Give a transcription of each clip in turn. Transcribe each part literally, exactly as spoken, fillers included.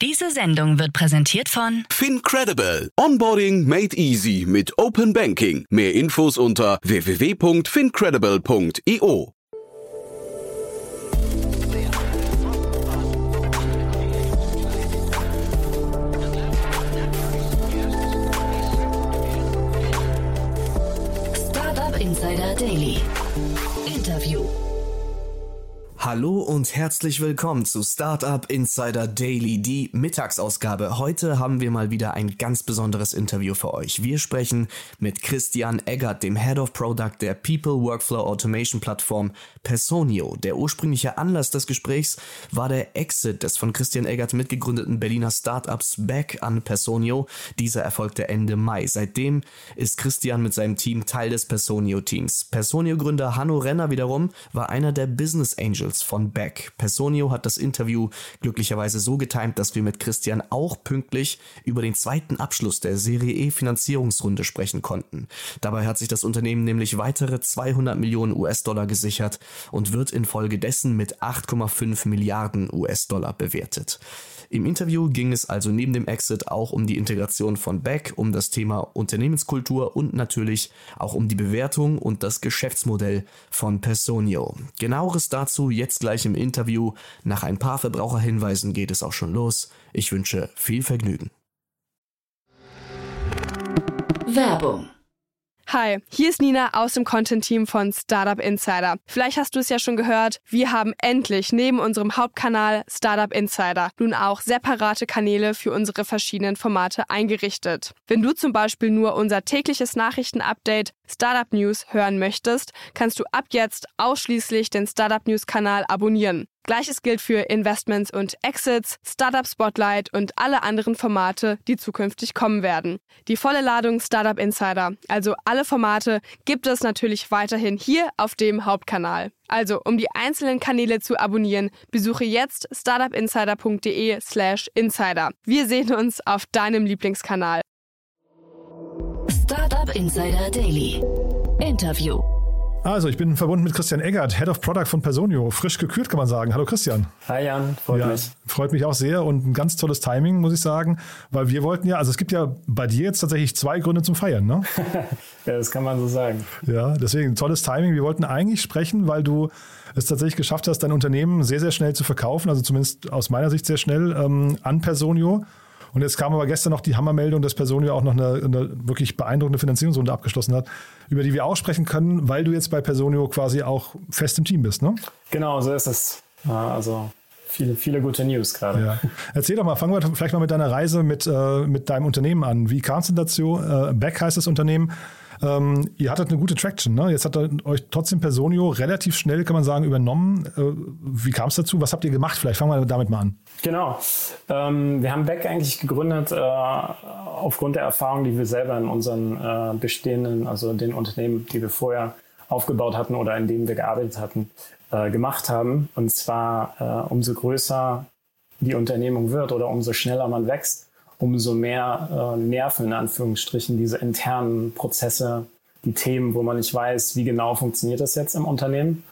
Diese Sendung wird präsentiert von FinCredible. Onboarding made easy mit Open Banking. Mehr Infos unter w w w punkt fincredible punkt i o. Startup Insider Daily. Interview. Hallo und herzlich willkommen zu Startup Insider Daily, die Mittagsausgabe. Heute haben wir mal wieder ein ganz besonderes Interview für euch. Wir sprechen mit Christian Eggert, dem Head of Product der People Workflow Automation Plattform Personio. Der ursprüngliche Anlass des Gesprächs war der Exit des von Christian Eggert mitgegründeten Berliner Startups Back an Personio. Dieser erfolgte Ende Mai. Seitdem ist Christian mit seinem Team Teil des Personio-Teams. Personio-Gründer Hanno Renner wiederum war einer der Business Angels von Back. Personio hat das Interview glücklicherweise so getimt, dass wir mit Christian auch pünktlich über den zweiten Abschluss der Serie E Finanzierungsrunde sprechen konnten. Dabei hat sich das Unternehmen nämlich weitere zweihundert Millionen U S-Dollar gesichert und wird infolgedessen mit acht Komma fünf Milliarden U S-Dollar bewertet. Im Interview ging es also neben dem Exit auch um die Integration von Back, um das Thema Unternehmenskultur und natürlich auch um die Bewertung und das Geschäftsmodell von Personio. Genaueres dazu jetzt gleich im Interview. Nach ein paar Verbraucherhinweisen geht es auch schon los. Ich wünsche viel Vergnügen. Werbung. Hi, hier ist Nina aus dem Content-Team von Startup Insider. Vielleicht hast du es ja schon gehört, wir haben endlich neben unserem Hauptkanal Startup Insider nun auch separate Kanäle für unsere verschiedenen Formate eingerichtet. Wenn du zum Beispiel nur unser tägliches Nachrichtenupdate Startup News hören möchtest, kannst du ab jetzt ausschließlich den Startup News-Kanal abonnieren. Gleiches gilt für Investments und Exits, Startup Spotlight und alle anderen Formate, die zukünftig kommen werden. Die volle Ladung Startup Insider, also alle Formate, gibt es natürlich weiterhin hier auf dem Hauptkanal. Also, um die einzelnen Kanäle zu abonnieren, besuche jetzt startupinsider.de slash insider. Wir sehen uns auf deinem Lieblingskanal. Startup Insider Daily. Interview. Also, ich bin verbunden mit Christian Eggert, Head of Product von Personio. Frisch gekürt, kann man sagen. Hallo Christian. Hi Jan, freut ja, mich. Freut mich auch sehr und ein ganz tolles Timing, muss ich sagen. Weil wir wollten ja, also es gibt ja bei dir jetzt tatsächlich zwei Gründe zum Feiern, ne? Ja, das kann man so sagen. Ja, deswegen tolles Timing. Wir wollten eigentlich sprechen, weil du es tatsächlich geschafft hast, dein Unternehmen sehr, sehr schnell zu verkaufen. Also zumindest aus meiner Sicht sehr schnell ähm, an Personio. Und jetzt kam aber gestern noch die Hammermeldung, dass Personio auch noch eine, eine wirklich beeindruckende Finanzierungsrunde abgeschlossen hat, über die wir auch sprechen können, weil du jetzt bei Personio quasi auch fest im Team bist, ne? Genau, so ist es. Also viele, viele gute News gerade. Ja. Erzähl doch mal, fangen wir vielleicht mal mit deiner Reise mit, äh, mit deinem Unternehmen an. Wie kam es denn dazu? Äh, Back heißt das Unternehmen. Ähm, ihr hattet eine gute Traction, ne? Jetzt hat euch trotzdem Personio relativ schnell, kann man sagen, übernommen. Äh, wie kam es dazu? Was habt ihr gemacht? Vielleicht fangen wir damit mal an. Genau. Ähm, wir haben Back eigentlich gegründet äh, aufgrund der Erfahrung, die wir selber in unseren äh, bestehenden, also den Unternehmen, die wir vorher aufgebaut hatten oder in denen wir gearbeitet hatten, äh, gemacht haben. Und zwar äh, umso größer die Unternehmung wird oder umso schneller man wächst, umso mehr äh, nerven in Anführungsstrichen diese internen Prozesse, die Themen, wo man nicht weiß, wie genau funktioniert das jetzt im Unternehmen.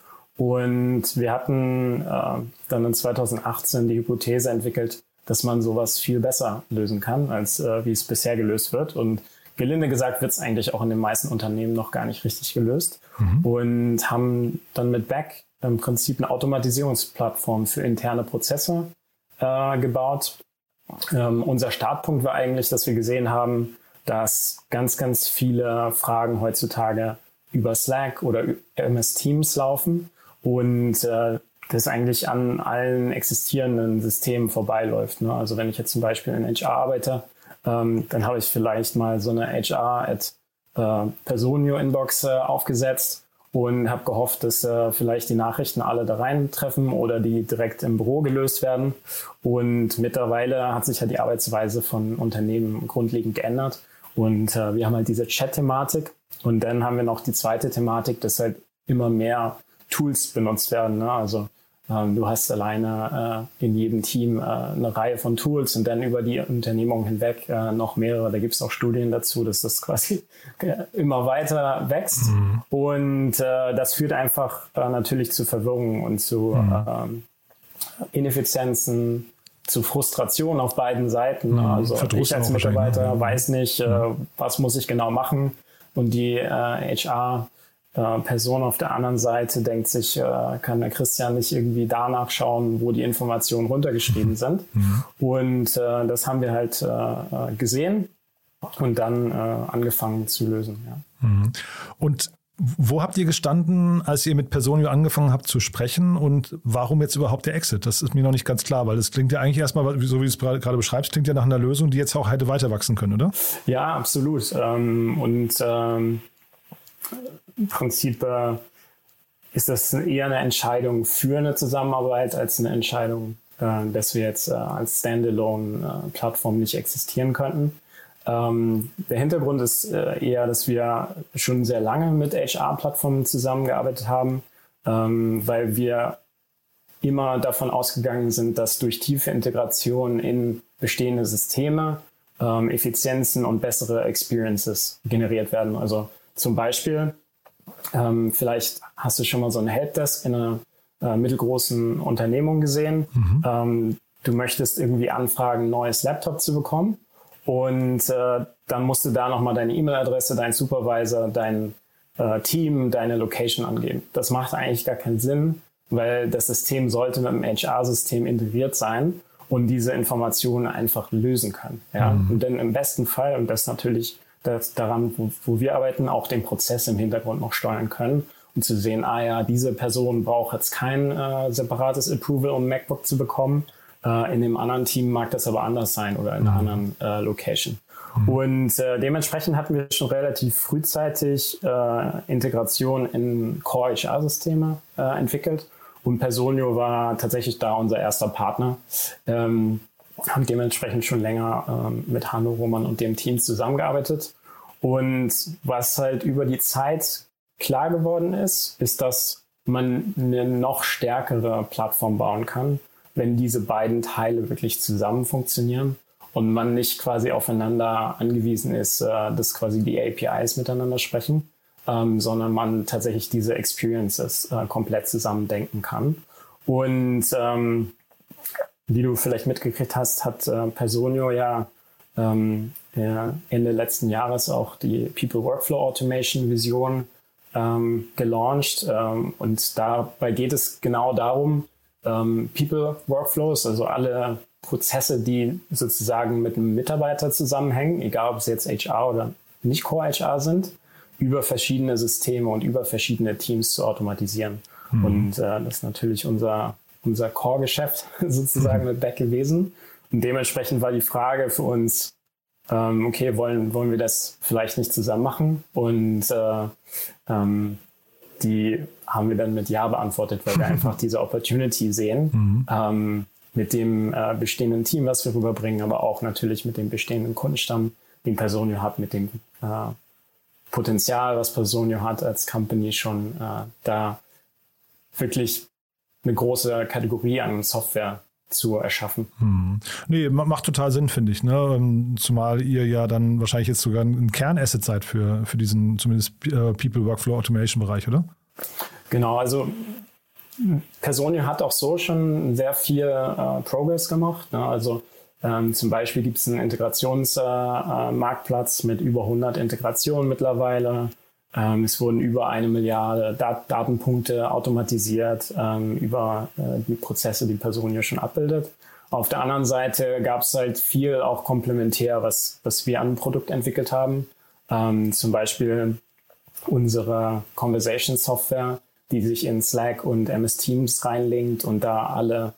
Und wir hatten äh, dann in zweitausendachtzehn die Hypothese entwickelt, dass man sowas viel besser lösen kann, als äh, wie es bisher gelöst wird. Und gelinde gesagt wird es eigentlich auch in den meisten Unternehmen noch gar nicht richtig gelöst. Mhm. Und haben dann mit Back im Prinzip eine Automatisierungsplattform für interne Prozesse äh, gebaut. Ähm, unser Startpunkt war eigentlich, dass wir gesehen haben, dass ganz, ganz viele Fragen heutzutage über Slack oder M S Teams laufen und äh, das eigentlich an allen existierenden Systemen vorbeiläuft. Ne? Also wenn ich jetzt zum Beispiel in H R arbeite, ähm, dann habe ich vielleicht mal so eine H R at äh, Personio Inbox äh, aufgesetzt und habe gehofft, dass äh, vielleicht die Nachrichten alle da reintreffen oder die direkt im Büro gelöst werden. Und mittlerweile hat sich ja die Arbeitsweise von Unternehmen grundlegend geändert. Und äh, wir haben halt diese Chat-Thematik. Und dann haben wir noch die zweite Thematik, dass halt immer mehr Tools benutzt werden. Ne? Also ähm, du hast alleine äh, in jedem Team äh, eine Reihe von Tools und dann über die Unternehmung hinweg äh, noch mehrere. Da gibt es auch Studien dazu, dass das quasi immer weiter wächst. Mhm. Und äh, das führt einfach äh, natürlich zu Verwirrung und zu mhm. ähm, Ineffizienzen, zu Frustration auf beiden Seiten. Mhm, also ich als Mitarbeiter weiß nicht, äh, was muss ich genau machen. Und die äh, H R-Person auf der anderen Seite denkt sich, äh, kann der Christian nicht irgendwie danach schauen, wo die Informationen runtergeschrieben mhm. sind. Mhm. Und äh, das haben wir halt äh, gesehen und dann äh, angefangen zu lösen. Ja. Mhm. Und wo habt ihr gestanden, als ihr mit Personio angefangen habt zu sprechen, und warum jetzt überhaupt der Exit? Das ist mir noch nicht ganz klar, weil das klingt ja eigentlich erstmal, so wie du es gerade beschreibst, klingt ja nach einer Lösung, die jetzt auch hätte weiter wachsen können, oder? Ja, absolut. Und ähm, im Prinzip äh, ist das eher eine Entscheidung für eine Zusammenarbeit als eine Entscheidung, äh, dass wir jetzt äh, als Standalone-Plattform nicht existieren könnten. Ähm, der Hintergrund ist äh, eher, dass wir schon sehr lange mit H R-Plattformen zusammengearbeitet haben, ähm, weil wir immer davon ausgegangen sind, dass durch tiefe Integration in bestehende Systeme ähm, Effizienzen und bessere Experiences generiert werden. Also zum Beispiel, ähm, vielleicht hast du schon mal so ein Helpdesk in einer äh, mittelgroßen Unternehmung gesehen. Mhm. Ähm, du möchtest irgendwie anfragen, ein neues Laptop zu bekommen. Und äh, dann musst du da nochmal deine E-Mail-Adresse, deinen Supervisor, dein äh, Team, deine Location angeben. Das macht eigentlich gar keinen Sinn, weil das System sollte mit dem H R-System integriert sein und diese Informationen einfach lösen können. Ja? Mhm. Und dann im besten Fall, und das natürlich das daran, wo, wo wir arbeiten, auch den Prozess im Hintergrund noch steuern können, um zu sehen, ah ja, diese Person braucht jetzt kein äh, separates Approval, um ein MacBook zu bekommen. Uh, in dem anderen Team mag das aber anders sein oder in einer anderen uh, Location. Mhm. Und uh, dementsprechend hatten wir schon relativ frühzeitig uh, Integration in Core H R-Systeme uh, entwickelt. Und Personio war tatsächlich da unser erster Partner. Ähm, haben dementsprechend schon länger ähm, mit Hanno, Roman und dem Team zusammengearbeitet. Und was halt über die Zeit klar geworden ist, ist, dass man eine noch stärkere Plattform bauen kann, wenn diese beiden Teile wirklich zusammen funktionieren und man nicht quasi aufeinander angewiesen ist, dass quasi die A P Is miteinander sprechen, ähm, sondern man tatsächlich diese Experiences äh, komplett zusammen denken kann. Und ähm, wie du vielleicht mitgekriegt hast, hat äh, Personio ja, ähm, ja Ende letzten Jahres auch die People Workflow Automation Vision ähm, gelauncht. Ähm, und dabei geht es genau darum, ähm, People Workflows, also alle Prozesse, die sozusagen mit einem Mitarbeiter zusammenhängen, egal ob es jetzt H R oder nicht Core H R sind, über verschiedene Systeme und über verschiedene Teams zu automatisieren. Mhm. Und äh, das ist natürlich unser, unser Core-Geschäft sozusagen mhm. mit Beck gewesen. Und dementsprechend war die Frage für uns, ähm, okay, wollen, wollen wir das vielleicht nicht zusammen machen? Und äh, ähm, die haben wir dann mit Ja beantwortet, weil wir einfach diese Opportunity sehen, mhm. ähm, mit dem äh, bestehenden Team, was wir rüberbringen, aber auch natürlich mit dem bestehenden Kundenstamm, den Personio hat, mit dem äh, Potenzial, was Personio hat als Company schon, äh, da wirklich eine große Kategorie an Software zu erschaffen. Hm. Nee, macht total Sinn, finde ich. Ne? Zumal ihr ja dann wahrscheinlich jetzt sogar ein Kernasset seid für, für diesen zumindest äh, People Workflow Automation Bereich, oder? Genau, also Personio hat auch so schon sehr viel äh, Progress gemacht. Ne? Also ähm, zum Beispiel gibt es einen Integrationsmarktplatz äh, mit über hundert Integrationen mittlerweile. Ähm, es wurden über eine Milliarde Dat- Datenpunkte automatisiert ähm, über äh, die Prozesse, die Personio schon abbildet. Auf der anderen Seite gab es halt viel auch komplementär, was, was wir an einem Produkt entwickelt haben. Ähm, zum Beispiel unsere Conversation-Software, die sich in Slack und M S Teams reinlinkt und da alle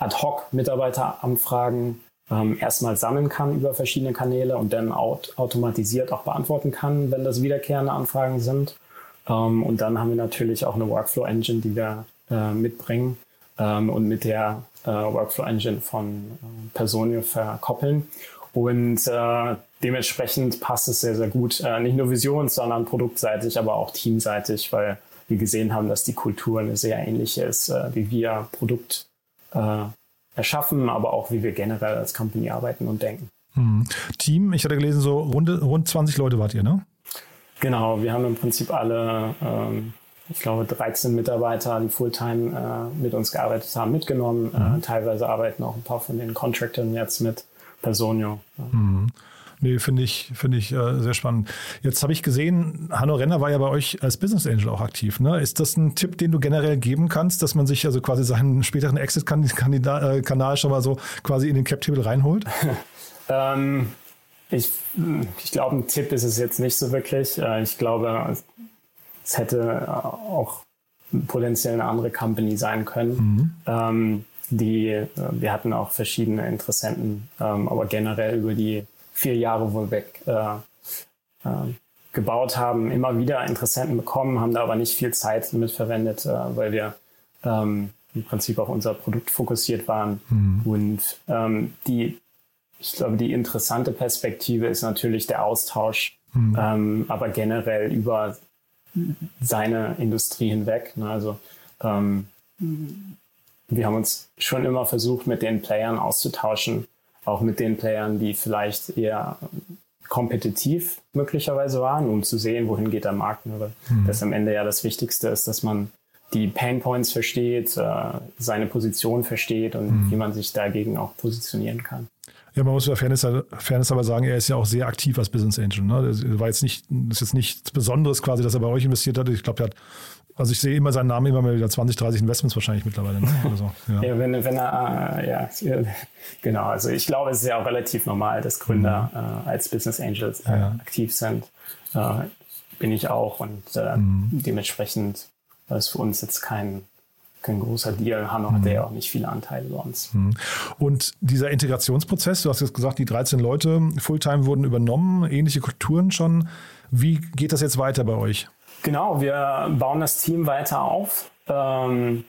Ad-Hoc-Mitarbeiteranfragen ähm, erstmal sammeln kann über verschiedene Kanäle und dann aut- automatisiert auch beantworten kann, wenn das wiederkehrende Anfragen sind. Ähm, und dann haben wir natürlich auch eine Workflow-Engine, die wir äh, mitbringen ähm, und mit der äh, Workflow-Engine von äh, Personio verkoppeln. Und äh, dementsprechend passt es sehr, sehr gut, äh, nicht nur visions-, sondern produktseitig, aber auch teamseitig, weil wir gesehen haben, dass die Kultur eine sehr ähnliche ist, äh, wie wir Produkt äh, erschaffen, aber auch wie wir generell als Company arbeiten und denken. Hm. Team, ich hatte gelesen, so rund, rund zwanzig Leute wart ihr, ne? Genau, wir haben im Prinzip alle ähm, ich glaube, dreizehn Mitarbeiter, die Fulltime äh, mit uns gearbeitet haben, mitgenommen. Mhm. Äh, teilweise arbeiten auch ein paar von den Contractors jetzt mit Personio. Mhm. Nee, finde ich, finde ich äh, sehr spannend. Jetzt habe ich gesehen, Hanno Renner war ja bei euch als Business Angel auch aktiv. Ne? Ist das ein Tipp, den du generell geben kannst, dass man sich also quasi seinen späteren Exit-Kanal schon mal so quasi in den Cap-Table reinholt? ähm, ich ich glaube, ein Tipp ist es jetzt nicht so wirklich. Ich glaube, es hätte auch potenziell eine andere Company sein können. Mhm. Ähm, die, wir hatten auch verschiedene Interessenten, ähm, aber generell über die vier Jahre, wo wir weg äh, äh, gebaut haben, immer wieder Interessenten bekommen, haben da aber nicht viel Zeit mit verwendet, äh, weil wir ähm, im Prinzip auf unser Produkt fokussiert waren. Mhm. Und ähm, die, ich glaube, die interessante Perspektive ist natürlich der Austausch, mhm. ähm, aber generell über seine Industrie hinweg. Ne? Also ähm, wir haben uns schon immer versucht, mit den Playern auszutauschen, auch mit den Playern, die vielleicht eher kompetitiv möglicherweise waren, um zu sehen, wohin geht der Markt. Aber mhm. das am Ende ja das Wichtigste ist, dass man die Painpoints versteht, äh, seine Position versteht und mhm. wie man sich dagegen auch positionieren kann. Ja, man muss ja Fairness, Fairness aber sagen, er ist ja auch sehr aktiv als Business Angel. Ne? Das war jetzt nicht, das ist jetzt nichts Besonderes quasi, dass er bei euch investiert hat. Ich glaube, er hat, also ich sehe immer seinen Namen immer mal wieder zwanzig, dreißig Investments wahrscheinlich mittlerweile. Ne? Also, ja. ja, wenn, wenn er, äh, ja, genau. Also ich glaube, es ist ja auch relativ normal, dass Gründer mhm. äh, als Business Angels äh, ja. aktiv sind. Äh, bin ich auch und äh, mhm. dementsprechend war es für uns jetzt kein kein großer Deal. Hanno mhm. hatte ja auch nicht viele Anteile bei uns. Und dieser Integrationsprozess, du hast jetzt gesagt, die dreizehn Leute Fulltime wurden übernommen, ähnliche Kulturen schon. Wie geht das jetzt weiter bei euch? Genau, wir bauen das Team weiter auf. Ähm,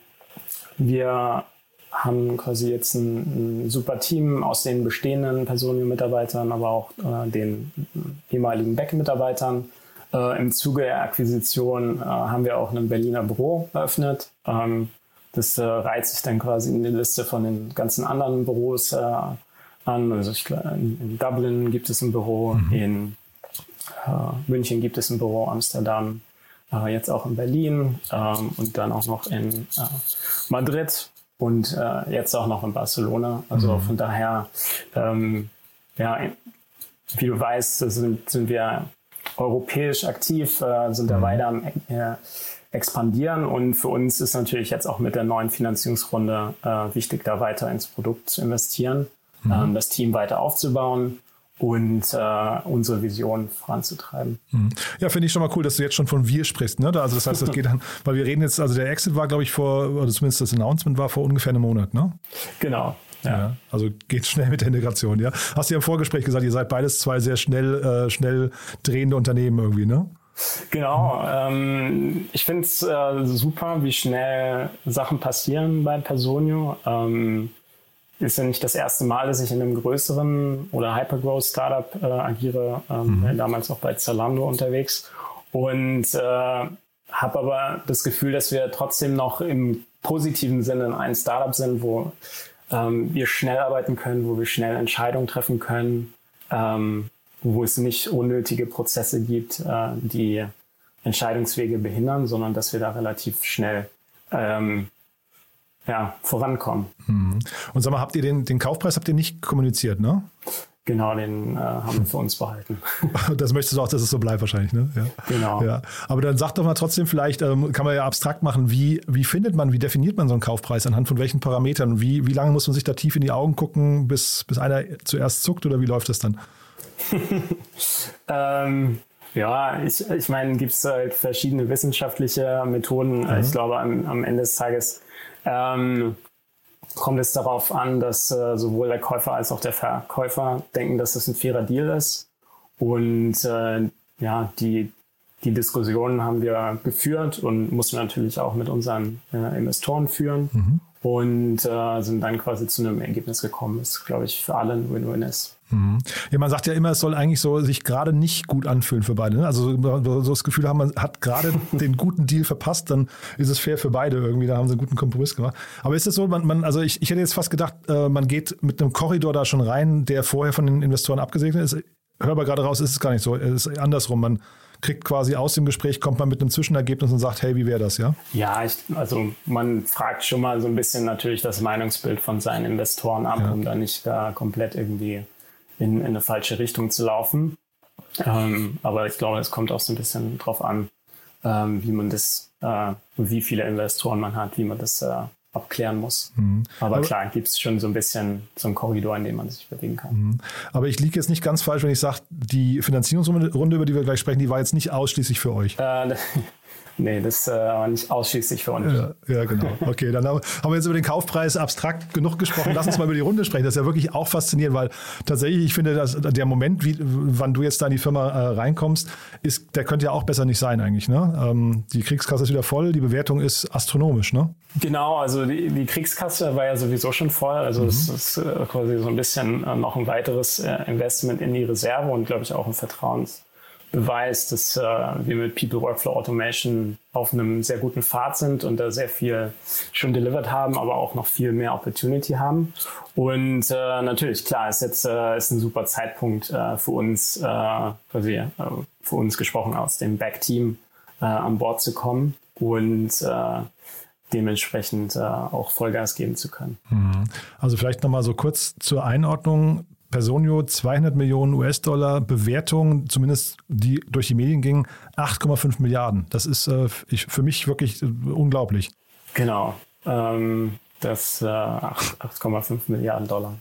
wir haben quasi jetzt ein, ein super Team aus den bestehenden Personio-Mitarbeitern, aber auch äh, den ehemaligen Beck-Mitarbeitern. Äh, Im Zuge der Akquisition äh, haben wir auch ein Berliner Büro eröffnet. Ähm, Das äh, reiht sich dann quasi in die Liste von den ganzen anderen Büros äh, an. Also ich, in, in Dublin gibt es ein Büro, mhm. in äh, München gibt es ein Büro, Amsterdam, äh, jetzt auch in Berlin ähm, und dann auch noch in äh, Madrid und äh, jetzt auch noch in Barcelona. Also mhm. von daher, ähm, ja, wie du weißt, sind, sind wir europäisch aktiv, äh, sind da mhm. weiter am äh, expandieren und für uns ist natürlich jetzt auch mit der neuen Finanzierungsrunde äh, wichtig, da weiter ins Produkt zu investieren, mhm. ähm, das Team weiter aufzubauen und äh, unsere Vision voranzutreiben. Mhm. Ja, finde ich schon mal cool, dass du jetzt schon von wir sprichst. Ne? Also das heißt, das geht dann, weil wir reden jetzt, also der Exit war, glaube ich, vor, oder zumindest das Announcement war vor ungefähr einem Monat, ne? Genau. Ja. Ja, also geht schnell mit der Integration, ja. Hast du ja im Vorgespräch gesagt, ihr seid beides zwei sehr schnell, äh, schnell drehende Unternehmen irgendwie, ne? Genau. Ähm, ich finde es äh, super, wie schnell Sachen passieren bei Personio. Ähm, ist ja nicht das erste Mal, dass ich in einem größeren oder Hypergrowth-Startup äh, agiere. Ähm, mhm. Damals auch bei Zalando unterwegs. Und äh, habe aber das Gefühl, dass wir trotzdem noch im positiven Sinne ein Startup sind, wo ähm, wir schnell arbeiten können, wo wir schnell Entscheidungen treffen können, ähm, wo es nicht unnötige Prozesse gibt, äh, die Entscheidungswege behindern, sondern dass wir da relativ schnell ähm, ja, vorankommen. Mhm. Und sag mal, habt ihr den, den Kaufpreis habt ihr nicht kommuniziert, ne? Genau, den äh, haben wir für uns behalten. Das möchtest du auch, dass es so bleibt wahrscheinlich, ne? Ja. Genau. Ja. Aber dann sag doch mal trotzdem vielleicht, ähm, kann man ja abstrakt machen, wie, wie findet man, wie definiert man so einen Kaufpreis, anhand von welchen Parametern? Wie, wie lange muss man sich da tief in die Augen gucken, bis, bis einer zuerst zuckt oder wie läuft das dann? ähm, ja, ich, ich meine, gibt es halt verschiedene wissenschaftliche Methoden. Mhm. Ich glaube, am, am Ende des Tages ähm, kommt es darauf an, dass äh, sowohl der Käufer als auch der Verkäufer denken, dass das ein fairer Deal ist. Und äh, ja, die, die Diskussionen haben wir geführt und mussten natürlich auch mit unseren äh, Investoren führen. Mhm. Und äh, sind dann quasi zu einem Ergebnis gekommen, das, glaube ich, für alle ein Win-Win ist. Mhm. Ja, man sagt ja immer, es soll eigentlich so sich gerade nicht gut anfühlen für beide. Ne? Also so das Gefühl haben, man hat gerade den guten Deal verpasst, dann ist es fair für beide irgendwie, da haben sie einen guten Kompromiss gemacht. Aber ist es so, man, man, also ich, ich hätte jetzt fast gedacht, äh, man geht mit einem Korridor da schon rein, der vorher von den Investoren abgesegnet ist. höre aber gerade raus, ist es gar nicht so. Es ist andersrum. Man kriegt quasi aus dem Gespräch, kommt man mit einem Zwischenergebnis und sagt, hey, wie wäre das, ja? Ja, ich, also man fragt schon mal so ein bisschen natürlich das Meinungsbild von seinen Investoren ab, ja. um da nicht da komplett irgendwie in, in eine falsche Richtung zu laufen. Ähm, aber ich glaube, es kommt auch so ein bisschen drauf an, ähm, wie man das, äh, wie viele Investoren man hat, wie man das äh, abklären muss. Mhm. Aber, Aber klar, gibt es schon so ein bisschen so einen Korridor, in dem man sich bewegen kann. Mhm. Aber ich liege jetzt nicht ganz falsch, wenn ich sage, die Finanzierungsrunde, über die wir gleich sprechen, die war jetzt nicht ausschließlich für euch. Äh, Nee, das äh, war nicht ausschließlich für uns. Ja, ja, genau. Okay, dann haben wir jetzt über den Kaufpreis abstrakt genug gesprochen. Lass uns mal über die Runde sprechen. Das ist ja wirklich auch faszinierend, weil tatsächlich, ich finde, dass der Moment, wie, wann du jetzt da in die Firma äh, reinkommst, ist, der könnte ja auch besser nicht sein eigentlich. Ne? Ähm, die Kriegskasse ist wieder voll, die Bewertung ist astronomisch, ne? Genau, also die, die Kriegskasse war ja sowieso schon voll. Also es mhm. ist äh, quasi so ein bisschen äh, noch ein weiteres äh, Investment in die Reserve und, glaube ich, auch ein Vertrauens. Beweis, dass äh, wir mit People Workflow Automation auf einem sehr guten Pfad sind und da sehr viel schon delivered haben, aber auch noch viel mehr Opportunity haben. Und äh, natürlich, klar, ist jetzt äh, ist ein super Zeitpunkt äh, für uns, äh, quasi, äh, für uns gesprochen aus dem Back-Team äh, an Bord zu kommen und äh, dementsprechend äh, auch Vollgas geben zu können. Also vielleicht nochmal so kurz zur Einordnung. Personio zweihundert Millionen U S-Dollar, Bewertung, zumindest die durch die Medien ging, acht Komma fünf Milliarden. Das ist äh, ich, für mich wirklich äh, unglaublich. Genau, ähm, das äh, acht Komma fünf Milliarden Dollar.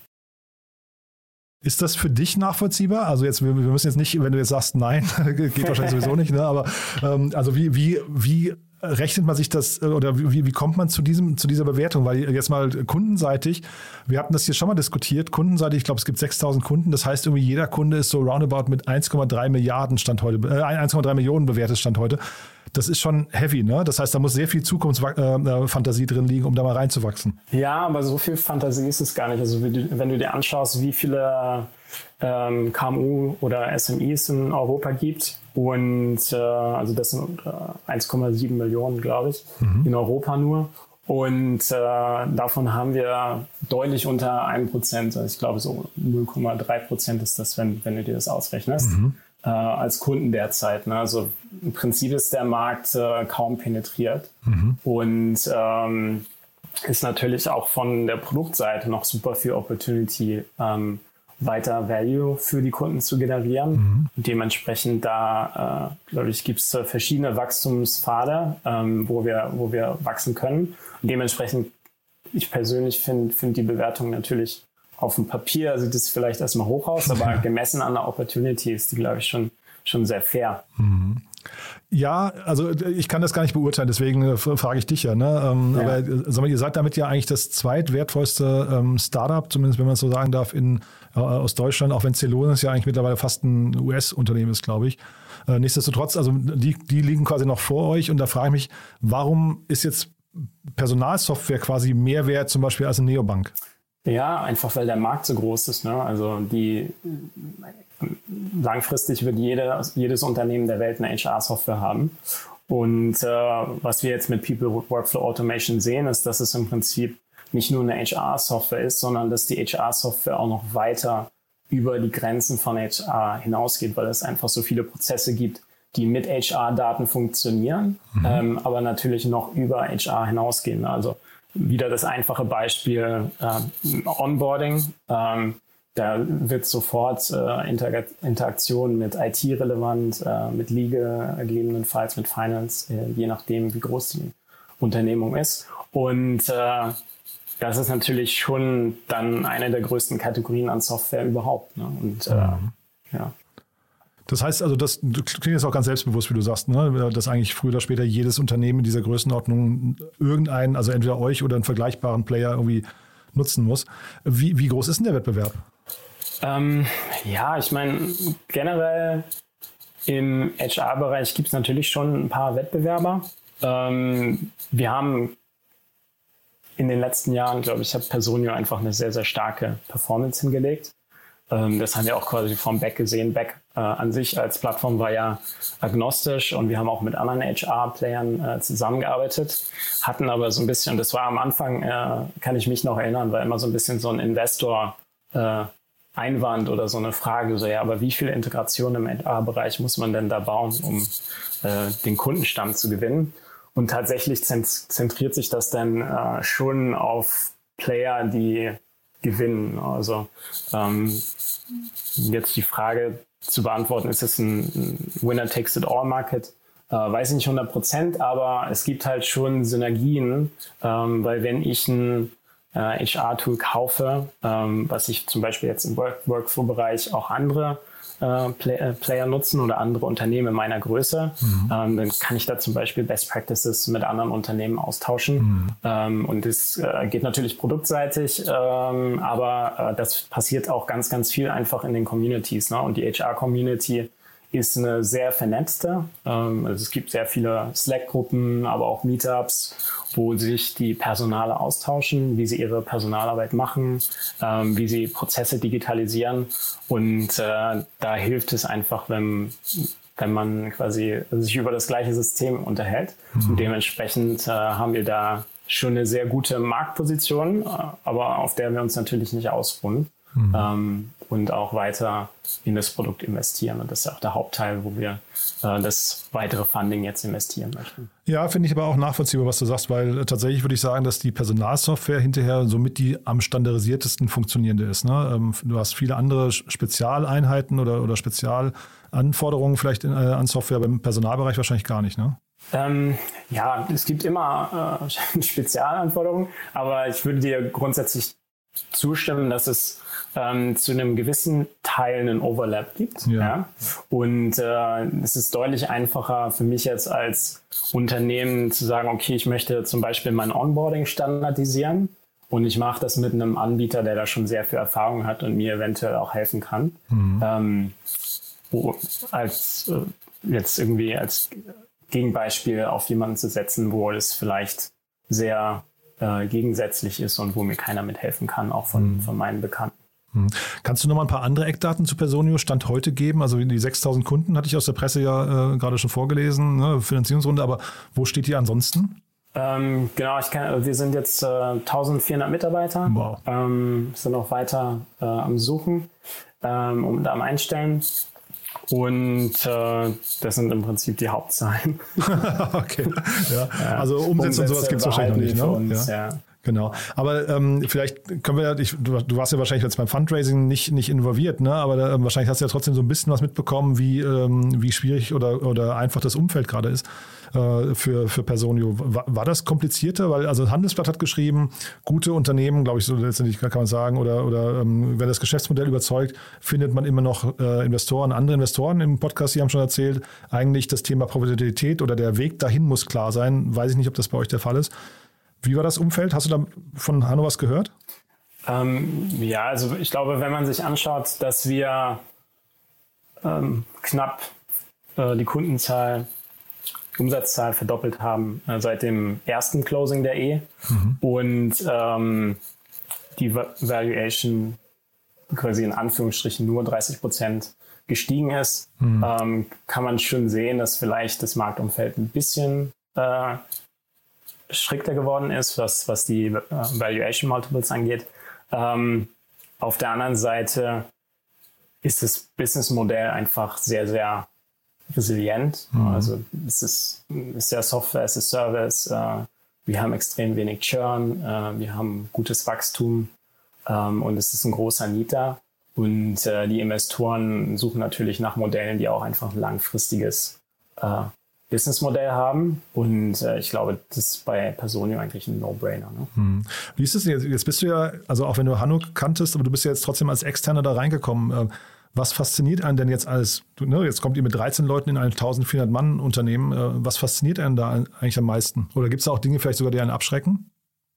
Ist das für dich nachvollziehbar? Also jetzt, wir, wir müssen jetzt nicht, wenn du jetzt sagst, nein, geht wahrscheinlich sowieso nicht, ne? Aber ähm, also wie, wie, wie rechnet man sich das oder wie, wie kommt man zu diesem zu dieser Bewertung? Weil jetzt mal kundenseitig, wir hatten das hier schon mal diskutiert, kundenseitig, ich glaube, es gibt sechstausend Kunden, das heißt irgendwie jeder Kunde ist so roundabout mit eins Komma drei Milliarden Stand heute, äh, eins Komma drei Millionen bewertet Stand heute. Das ist schon heavy, ne? Das heißt, da muss sehr viel Zukunftsfantasie drin liegen, um da mal reinzuwachsen. Ja, aber so viel Fantasie ist es gar nicht. Also wenn du dir anschaust, wie viele ähm, K M U oder S M Is in Europa gibt und äh, also das sind äh, eins Komma sieben Millionen, glaube ich, mhm. in Europa nur. Und äh, davon haben wir deutlich unter einem Prozent, also ich glaube so null Komma drei Prozent ist das, wenn, wenn du dir das ausrechnest. Mhm. Äh, als Kunden derzeit. Ne? Also im Prinzip ist der Markt äh, kaum penetriert mhm. und ähm, ist natürlich auch von der Produktseite noch super viel Opportunity, ähm, weiter Value für die Kunden zu generieren. Mhm. Dementsprechend da, äh, glaube ich, gibt es äh, verschiedene Wachstumspfade, ähm, wo wir, wo wir wachsen können. Und dementsprechend, ich persönlich finde find die Bewertung natürlich auf dem Papier sieht es vielleicht erstmal hoch aus, aber gemessen an der Opportunity ist die, glaube ich, schon, schon sehr fair. Mhm. Ja, also ich kann das gar nicht beurteilen, deswegen frage ich dich ja. Ne? Ähm, ja. Aber sag mal, ihr seid damit ja eigentlich das zweitwertvollste ähm, Startup, zumindest wenn man es so sagen darf, in, äh, aus Deutschland, auch wenn Celonis ja eigentlich mittlerweile fast ein U S-Unternehmen ist, glaube ich. Äh, nichtsdestotrotz, also die, die liegen quasi noch vor euch und da frage ich mich, warum ist jetzt Personalsoftware quasi mehr wert zum Beispiel als eine Neobank? Ja, einfach weil der Markt so groß ist. Ne? Also die langfristig wird jede, jedes Unternehmen der Welt eine H R-Software haben. Und äh, was wir jetzt mit People Workflow Automation sehen, ist, dass es im Prinzip nicht nur eine H R-Software ist, sondern dass die H R-Software auch noch weiter über die Grenzen von H R hinausgeht, weil es einfach so viele Prozesse gibt, die mit H R-Daten funktionieren, mhm. ähm, aber natürlich noch über H R hinausgehen. Also wieder das einfache Beispiel äh, Onboarding. Ähm, da wird sofort äh, Inter- Interaktion mit I T relevant, äh, mit Legal gegebenenfalls, mit Finance, äh, je nachdem, wie groß die Unternehmung ist. Und äh, das ist natürlich schon dann eine der größten Kategorien an Software überhaupt. Ne? Und äh, mhm. ja. Das heißt also, das klingt jetzt auch ganz selbstbewusst, wie du sagst, ne? Dass eigentlich früher oder später jedes Unternehmen in dieser Größenordnung irgendeinen, also entweder euch oder einen vergleichbaren Player irgendwie nutzen muss. Wie, wie groß ist denn der Wettbewerb? Ähm, ja, ich meine, generell im H R-Bereich gibt es natürlich schon ein paar Wettbewerber. Ähm, wir haben in den letzten Jahren, glaube ich, hat Personio einfach eine sehr, sehr starke Performance hingelegt. Das haben wir auch quasi vom Beck gesehen. Beck äh, an sich als Plattform war ja agnostisch und wir haben auch mit anderen H R-Playern äh, zusammengearbeitet, hatten aber so ein bisschen, das war am Anfang, äh, kann ich mich noch erinnern, war immer so ein bisschen so ein Investor- äh, Einwand oder so eine Frage, so ja, aber wie viel Integration im H R-Bereich muss man denn da bauen, um äh, den Kundenstamm zu gewinnen? Und tatsächlich zentriert sich das dann äh, schon auf Player, die gewinnen. Also ähm, jetzt die Frage zu beantworten, ist es ein, ein Winner-Takes-it-all-Market? Äh, weiß ich nicht hundert Prozent, aber es gibt halt schon Synergien, ähm, weil wenn ich ein äh, H R-Tool kaufe, ähm, was ich zum Beispiel jetzt im Work- Workflow-Bereich auch andere äh, Play- äh, Player nutzen oder andere Unternehmen in meiner Größe, mhm. ähm, dann kann ich da zum Beispiel Best Practices mit anderen Unternehmen austauschen. Mhm. Ähm, und das äh, geht natürlich produktseitig, ähm, aber äh, das passiert auch ganz, ganz viel einfach in den Communities. Ne? Und die H R-Community ist eine sehr vernetzte. Ähm, also es gibt sehr viele Slack-Gruppen, aber auch Meetups, wo sich die Personale austauschen, wie sie ihre Personalarbeit machen, ähm, wie sie Prozesse digitalisieren. Und äh, da hilft es einfach, wenn, wenn man quasi sich über das gleiche System unterhält. Mhm. Und dementsprechend äh, haben wir da schon eine sehr gute Marktposition, äh, aber auf der wir uns natürlich nicht ausruhen. Mhm. Ähm, und auch weiter in das Produkt investieren. Und das ist auch der Hauptteil, wo wir äh, das weitere Funding jetzt investieren möchten. Ja, finde ich aber auch nachvollziehbar, was du sagst, weil tatsächlich würde ich sagen, dass die Personalsoftware hinterher somit die am standardisiertesten funktionierende ist. Ne? Ähm, du hast viele andere Spezialeinheiten oder, oder Spezialanforderungen vielleicht in, äh, an Software, beim Personalbereich wahrscheinlich gar nicht, ne? Ähm, ja, es gibt immer äh, Spezialanforderungen, aber ich würde dir grundsätzlich zustimmen, dass es ähm, zu einem gewissen Teil einen Overlap gibt. Ja. Ja? Und äh, es ist deutlich einfacher für mich jetzt als Unternehmen zu sagen, okay, ich möchte zum Beispiel mein Onboarding standardisieren und ich mache das mit einem Anbieter, der da schon sehr viel Erfahrung hat und mir eventuell auch helfen kann. Mhm. Ähm, wo, als äh, jetzt irgendwie als Gegenbeispiel auf jemanden zu setzen, wo es vielleicht sehr äh, gegensätzlich ist und wo mir keiner mithelfen kann, auch von, mhm. von meinen Bekannten. Mhm. Kannst du noch mal ein paar andere Eckdaten zu Personio Stand heute geben? Also die sechstausend Kunden hatte ich aus der Presse ja äh, gerade schon vorgelesen, ne? Finanzierungsrunde, aber wo steht die ansonsten? Ähm, genau, ich kann, wir sind jetzt äh, eintausendvierhundert Mitarbeiter, wow. ähm, sind auch weiter äh, am Suchen ähm, und am Einstellen. Und äh, das sind im Prinzip die Hauptzahlen. Okay. Ja. Also Umsätze, Umsätze und sowas gibt es wahrscheinlich noch nicht. Ne? Uns, ja. Ja. Genau. Aber ähm, vielleicht können wir ja, ich, du, du warst ja wahrscheinlich jetzt beim Fundraising nicht, nicht involviert, ne? Aber da, wahrscheinlich hast du ja trotzdem so ein bisschen was mitbekommen, wie, ähm, wie schwierig oder, oder einfach das Umfeld gerade ist äh, für, für Personio. War, war das komplizierter? Weil also Handelsblatt hat geschrieben, gute Unternehmen, glaube ich, so letztendlich kann man sagen, oder, oder ähm, wenn das Geschäftsmodell überzeugt, findet man immer noch äh, Investoren, andere Investoren im Podcast, die haben schon erzählt, eigentlich das Thema Profitabilität oder der Weg dahin muss klar sein. Weiß ich nicht, ob das bei euch der Fall ist. Wie war das Umfeld? Hast du da von Hanno was gehört? Ähm, ja, also ich glaube, wenn man sich anschaut, dass wir ähm, knapp äh, die Kundenzahl, die Umsatzzahl verdoppelt haben äh, seit dem ersten Closing der Ehe mhm. und ähm, die Valuation quasi in Anführungsstrichen nur dreißig Prozent gestiegen ist, mhm. ähm, kann man schon sehen, dass vielleicht das Marktumfeld ein bisschen äh, strikter geworden ist, was, was die äh, Valuation Multiples angeht. Ähm, auf der anderen Seite ist das Businessmodell einfach sehr, sehr resilient. Mhm. Also es ist, ist ja Software as a Service. Äh, wir haben extrem wenig Churn. Äh, wir haben gutes Wachstum. Ähm, und es ist ein großer Need da. Und äh, die Investoren suchen natürlich nach Modellen, die auch einfach ein langfristiges äh, Businessmodell haben und äh, ich glaube, das ist bei Personio eigentlich ein No-Brainer. Ne? Hm. Wie ist es jetzt? Jetzt bist du ja, also auch wenn du Hanno kanntest, aber du bist ja jetzt trotzdem als Externer da reingekommen. Was fasziniert einen denn jetzt als, ne, jetzt kommt ihr mit dreizehn Leuten in ein eintausendvierhundert Mann Unternehmen, was fasziniert einen da eigentlich am meisten? Oder gibt es da auch Dinge vielleicht sogar, die einen abschrecken?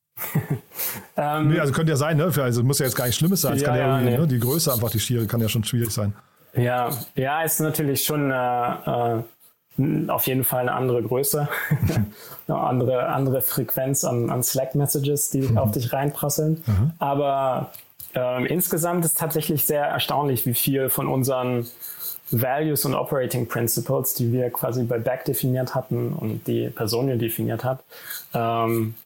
ähm, nee, also könnte ja sein, ne? Also muss ja jetzt gar nichts Schlimmes sein. Es ja, kann ja, ja nee. ne? Die Größe einfach, die Schiere kann ja schon schwierig sein. Ja, ja, ist natürlich schon äh, äh, auf jeden Fall eine andere Größe, eine andere, andere Frequenz an, an Slack-Messages, die mhm. auf dich reinprasseln. Mhm. Aber ähm, insgesamt ist tatsächlich sehr erstaunlich, wie viel von unseren Values und Operating Principles, die wir quasi bei Back definiert hatten und die Personio definiert hat, ähm,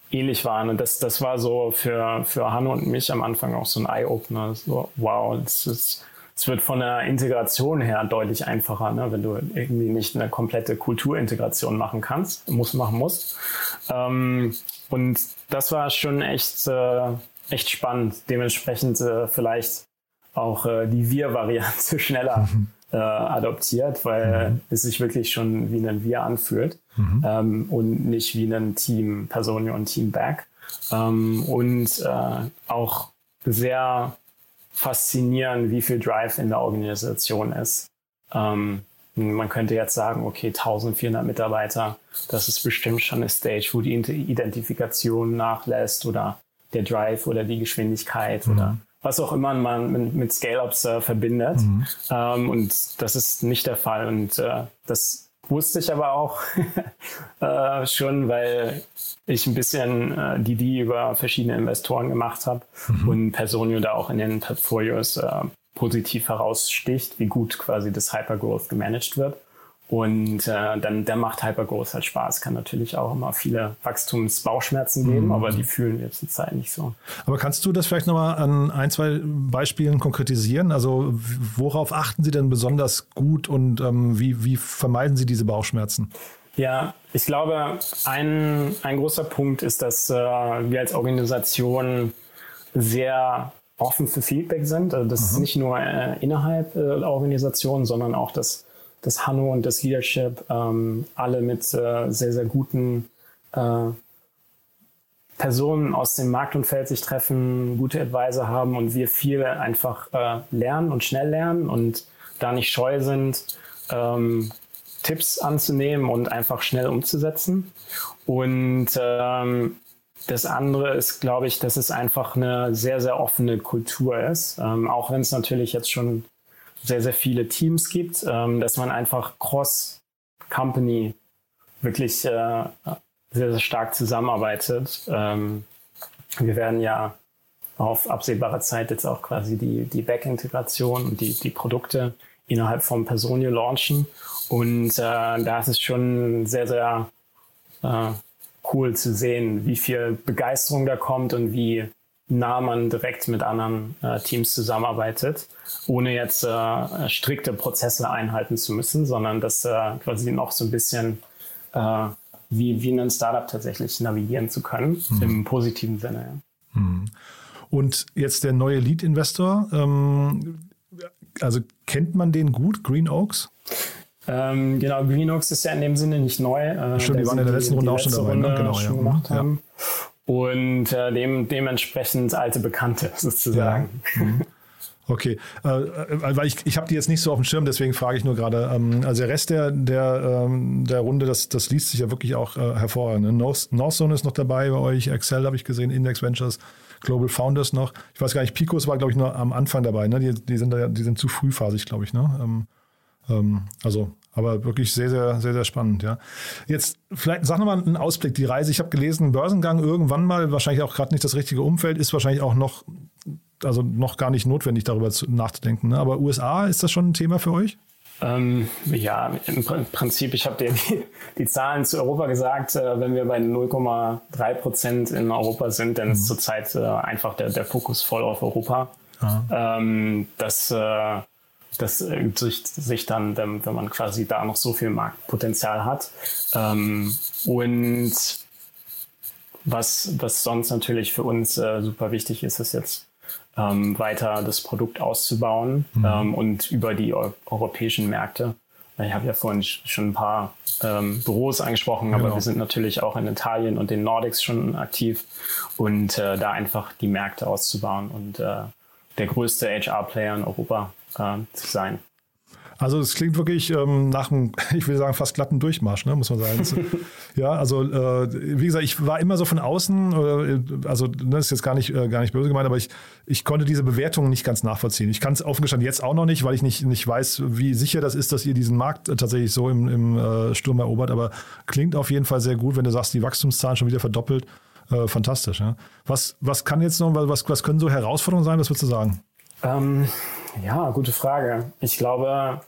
ähnlich waren. Und das, das war so für, für Hanno und mich am Anfang auch so ein Eye-Opener. So, wow, das ist, es wird von der Integration her deutlich einfacher, ne? Wenn du irgendwie nicht eine komplette Kulturintegration machen kannst, muss machen musst. Ähm, und das war schon echt, äh, echt spannend. Dementsprechend äh, vielleicht auch äh, die Wir-Variante schneller mhm. äh, adoptiert, weil mhm. es sich wirklich schon wie ein Wir anfühlt mhm. ähm, und nicht wie ein Team Personio und Team Back. Ähm, und äh, auch sehr faszinierend, wie viel Drive in der Organisation ist. Ähm, man könnte jetzt sagen, okay, eintausendvierhundert Mitarbeiter, das ist bestimmt schon eine Stage, wo die Identifikation nachlässt oder der Drive oder die Geschwindigkeit mhm. oder was auch immer man mit, mit Scale-Ups äh, verbindet. Mhm. Ähm, und das ist nicht der Fall. Und äh, das wusste ich aber auch äh, schon, weil ich ein bisschen äh, D D über verschiedene Investoren gemacht habe mhm. und Personio da auch in den Portfolios äh, positiv heraussticht, wie gut quasi das Hypergrowth gemanagt wird. Und äh, dann der macht Hypergrowth halt Spaß. Kann natürlich auch immer viele Wachstumsbauchschmerzen geben, mhm. aber die fühlen wir zur Zeit nicht so. Aber kannst du das vielleicht nochmal an ein, zwei Beispielen konkretisieren? Also worauf achten Sie denn besonders gut und ähm, wie, wie vermeiden Sie diese Bauchschmerzen? Ja, ich glaube, ein, ein großer Punkt ist, dass äh, wir als Organisation sehr offen für Feedback sind. Also das mhm. ist nicht nur äh, innerhalb äh, der Organisation, sondern auch das dass Hanno und das Leadership ähm, alle mit äh, sehr, sehr guten äh, Personen aus dem Marktumfeld sich treffen, gute Advisor haben und wir viel einfach äh, lernen und schnell lernen und da nicht scheu sind, ähm, Tipps anzunehmen und einfach schnell umzusetzen. Und ähm, das andere ist, glaube ich, dass es einfach eine sehr, sehr offene Kultur ist, ähm, auch wenn es natürlich jetzt schon sehr, sehr viele Teams gibt, ähm, dass man einfach cross-company wirklich äh, sehr, sehr stark zusammenarbeitet. Ähm, wir werden ja auf absehbare Zeit jetzt auch quasi die, die Back-Integration und die, die Produkte innerhalb von Personio launchen. Und äh, da ist es schon sehr, sehr äh, cool zu sehen, wie viel Begeisterung da kommt und wie nah man direkt mit anderen äh, Teams zusammenarbeitet, ohne jetzt äh, strikte Prozesse einhalten zu müssen, sondern das äh, quasi noch so ein bisschen äh, wie, wie ein Startup tatsächlich navigieren zu können, mhm. im positiven Sinne. Ja. Mhm. Und jetzt der neue Lead-Investor, ähm, also kennt man den gut, Green Oaks? Ähm, genau, Green Oaks ist ja in dem Sinne nicht neu. Äh, Stimmt, die waren in der letzten die, Runde die auch schon dabei, ne? Genau, schon ja. gemacht ja. haben. Und äh, dem, dementsprechend alte Bekannte sozusagen. Ja. Mhm. Okay, äh, weil ich, ich habe die jetzt nicht so auf dem Schirm, deswegen frage ich nur gerade. Ähm, also der Rest der, der, ähm, der Runde, das, das liest sich ja wirklich auch äh, hervorragend. Ne? North, Northzone ist noch dabei bei euch, Excel habe ich gesehen, Index Ventures, Global Founders noch. Ich weiß gar nicht, Picos war, glaube ich, nur am Anfang dabei. Ne? Die, die, sind da, die sind zu frühphasig, glaube ich. Ne? Ähm, ähm, also aber wirklich sehr, sehr, sehr, sehr spannend, ja. Jetzt, vielleicht sag nochmal einen Ausblick, die Reise. Ich habe gelesen, Börsengang irgendwann mal, wahrscheinlich auch gerade nicht das richtige Umfeld, ist wahrscheinlich auch noch, also noch gar nicht notwendig, darüber zu, nachzudenken. Ne? Aber U S A, ist das schon ein Thema für euch? Ähm, ja, im Prinzip, ich habe dir die, die Zahlen zu Europa gesagt, äh, wenn wir bei null Komma drei Prozent in Europa sind, dann mhm. ist zurzeit äh, einfach der, der Fokus voll auf Europa. Ähm, das äh, Das ergibt sich, sich dann, wenn man quasi da noch so viel Marktpotenzial hat. Ähm, und was, was sonst natürlich für uns äh, super wichtig ist, ist jetzt ähm, weiter das Produkt auszubauen mhm. ähm, und über die eu- europäischen Märkte. Ich habe ja vorhin schon ein paar ähm, Büros angesprochen, aber genau. wir sind natürlich auch in Italien und den Nordics schon aktiv und äh, da einfach die Märkte auszubauen und äh, der größte H R-Player in Europa äh, zu sein. Also es klingt wirklich ähm, nach einem, ich will sagen, fast glatten Durchmarsch, ne, muss man sagen. Das, ja, also äh, wie gesagt, ich war immer so von außen, äh, also das ist jetzt gar nicht, äh, gar nicht böse gemeint, aber ich, ich konnte diese Bewertungen nicht ganz nachvollziehen. Ich kann es offen gestanden jetzt auch noch nicht, weil ich nicht, nicht weiß, wie sicher das ist, dass ihr diesen Markt tatsächlich so im, im äh, Sturm erobert, aber klingt auf jeden Fall sehr gut, wenn du sagst, die Wachstumszahlen schon wieder verdoppelt. Äh, fantastisch. Ja. Was, was kann jetzt noch, was, was können so Herausforderungen sein, was würdest du sagen? Ähm, ja, gute Frage. Ich glaube,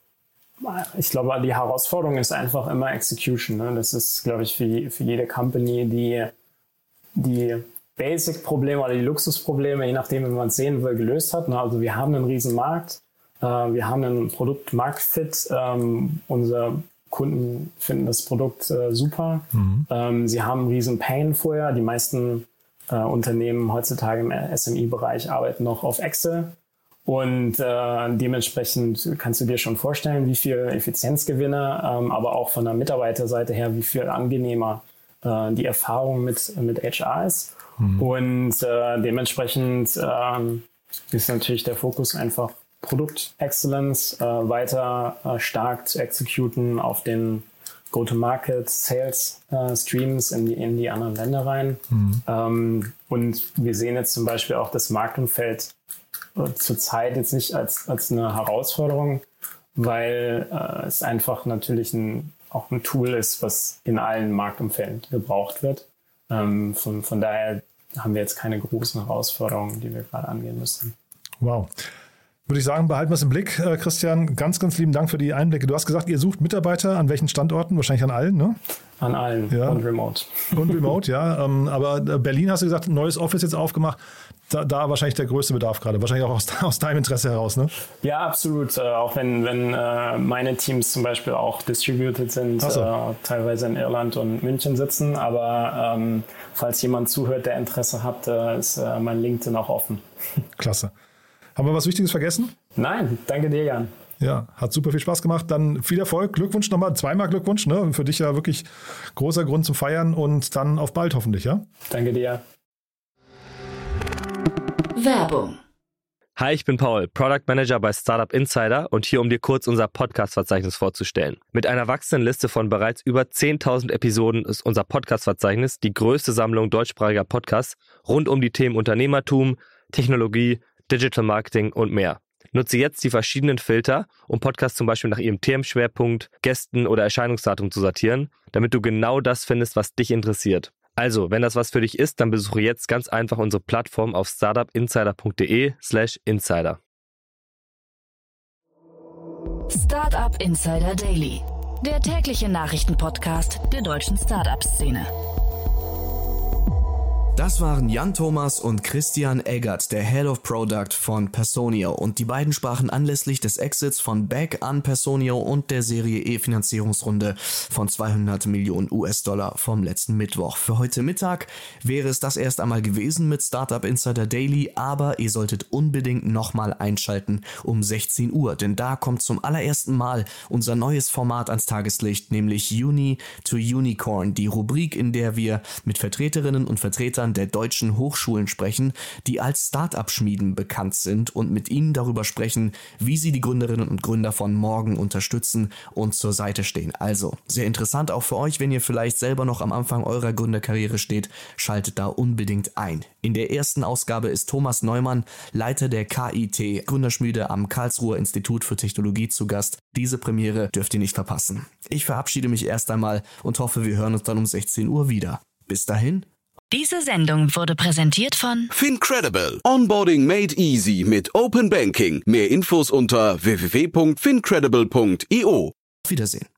ich glaube, die Herausforderung ist einfach immer Execution. Ne? Das ist, glaube ich, für, für jede Company, die die Basic-Probleme oder die Luxusprobleme, je nachdem, wie man es sehen will, gelöst hat. Also wir haben einen riesen Markt, äh, wir haben einen Produkt-Markt-Fit, ähm, unsere Kunden finden das Produkt äh, super. Mhm. Ähm, sie haben einen riesen Pain vorher. Die meisten äh, Unternehmen heutzutage im S M I-Bereich arbeiten noch auf Excel. Und äh, dementsprechend kannst du dir schon vorstellen, wie viel Effizienzgewinne, ähm, aber auch von der Mitarbeiterseite her, wie viel angenehmer äh, die Erfahrung mit, mit H R ist. Mhm. Und äh, dementsprechend äh, ist natürlich der Fokus einfach Produkt-Excellence, äh, weiter äh, stark zu exekuten auf den Go-to-Market, Sales-Streams äh, in, die, in die anderen Länder rein. Mhm. Ähm, und wir sehen jetzt zum Beispiel auch das Marktumfeld äh, zurzeit jetzt nicht als, als eine Herausforderung, weil äh, es einfach natürlich ein, auch ein Tool ist, was in allen Marktumfällen gebraucht wird. Ähm, von, von daher haben wir jetzt keine großen Herausforderungen, die wir gerade angehen müssen. Wow. Würde ich sagen, behalten wir es im Blick. Äh, Christian, ganz, ganz lieben Dank für die Einblicke. Du hast gesagt, ihr sucht Mitarbeiter an welchen Standorten? Wahrscheinlich an allen, ne? An allen ja. Und remote. Und remote, ja. Ähm, aber Berlin hast du gesagt, ein neues Office jetzt aufgemacht. Da, da wahrscheinlich der größte Bedarf gerade. Wahrscheinlich auch aus, aus deinem Interesse heraus, ne? Ja, absolut. Äh, auch wenn, wenn äh, meine Teams zum Beispiel auch distributed sind, so. äh, teilweise in Irland und München sitzen. Aber ähm, falls jemand zuhört, der Interesse hat, äh, ist äh, mein LinkedIn auch offen. Klasse. Haben wir was Wichtiges vergessen? Nein, danke dir, Jan. Ja, hat super viel Spaß gemacht. Dann viel Erfolg, Glückwunsch nochmal, zweimal Glückwunsch. Ne? Für dich ja wirklich großer Grund zum Feiern und dann auf bald hoffentlich, ja? Danke dir. Werbung. Hi, ich bin Paul, Product Manager bei Startup Insider und hier, um dir kurz unser Podcast-Verzeichnis vorzustellen. Mit einer wachsenden Liste von bereits über zehntausend Episoden ist unser Podcast-Verzeichnis die größte Sammlung deutschsprachiger Podcasts rund um die Themen Unternehmertum, Technologie, Digital Marketing und mehr. Nutze jetzt die verschiedenen Filter, um Podcasts zum Beispiel nach ihrem Themenschwerpunkt, Gästen oder Erscheinungsdatum zu sortieren, damit du genau das findest, was dich interessiert. Also, wenn das was für dich ist, dann besuche jetzt ganz einfach unsere Plattform auf startupinsider.de slash insider. Startup Insider Daily, der tägliche Nachrichtenpodcast der deutschen Startup-Szene. Das waren Jan Thomas und Christian Eggert, der Head of Product von Personio, und die beiden sprachen anlässlich des Exits von Beck an Personio und der Serie E-Finanzierungsrunde von zweihundert Millionen U S-Dollar vom letzten Mittwoch. Für heute Mittag wäre es das erst einmal gewesen mit Startup Insider Daily, aber ihr solltet unbedingt nochmal einschalten um sechzehn Uhr, denn da kommt zum allerersten Mal unser neues Format ans Tageslicht, nämlich Uni to Unicorn, die Rubrik, in der wir mit Vertreterinnen und Vertretern der deutschen Hochschulen sprechen, die als Start-up-Schmieden bekannt sind, und mit ihnen darüber sprechen, wie sie die Gründerinnen und Gründer von morgen unterstützen und zur Seite stehen. Also, sehr interessant auch für euch, wenn ihr vielleicht selber noch am Anfang eurer Gründerkarriere steht, schaltet da unbedingt ein. In der ersten Ausgabe ist Thomas Neumann, Leiter der K I T Gründerschmiede am Karlsruher Institut für Technologie, zu Gast. Diese Premiere dürft ihr nicht verpassen. Ich verabschiede mich erst einmal und hoffe, wir hören uns dann um sechzehn Uhr wieder. Bis dahin. Diese Sendung wurde präsentiert von FinCredible. Onboarding made easy mit Open Banking. Mehr Infos unter w w w punkt fincredible punkt i o. Auf Wiedersehen.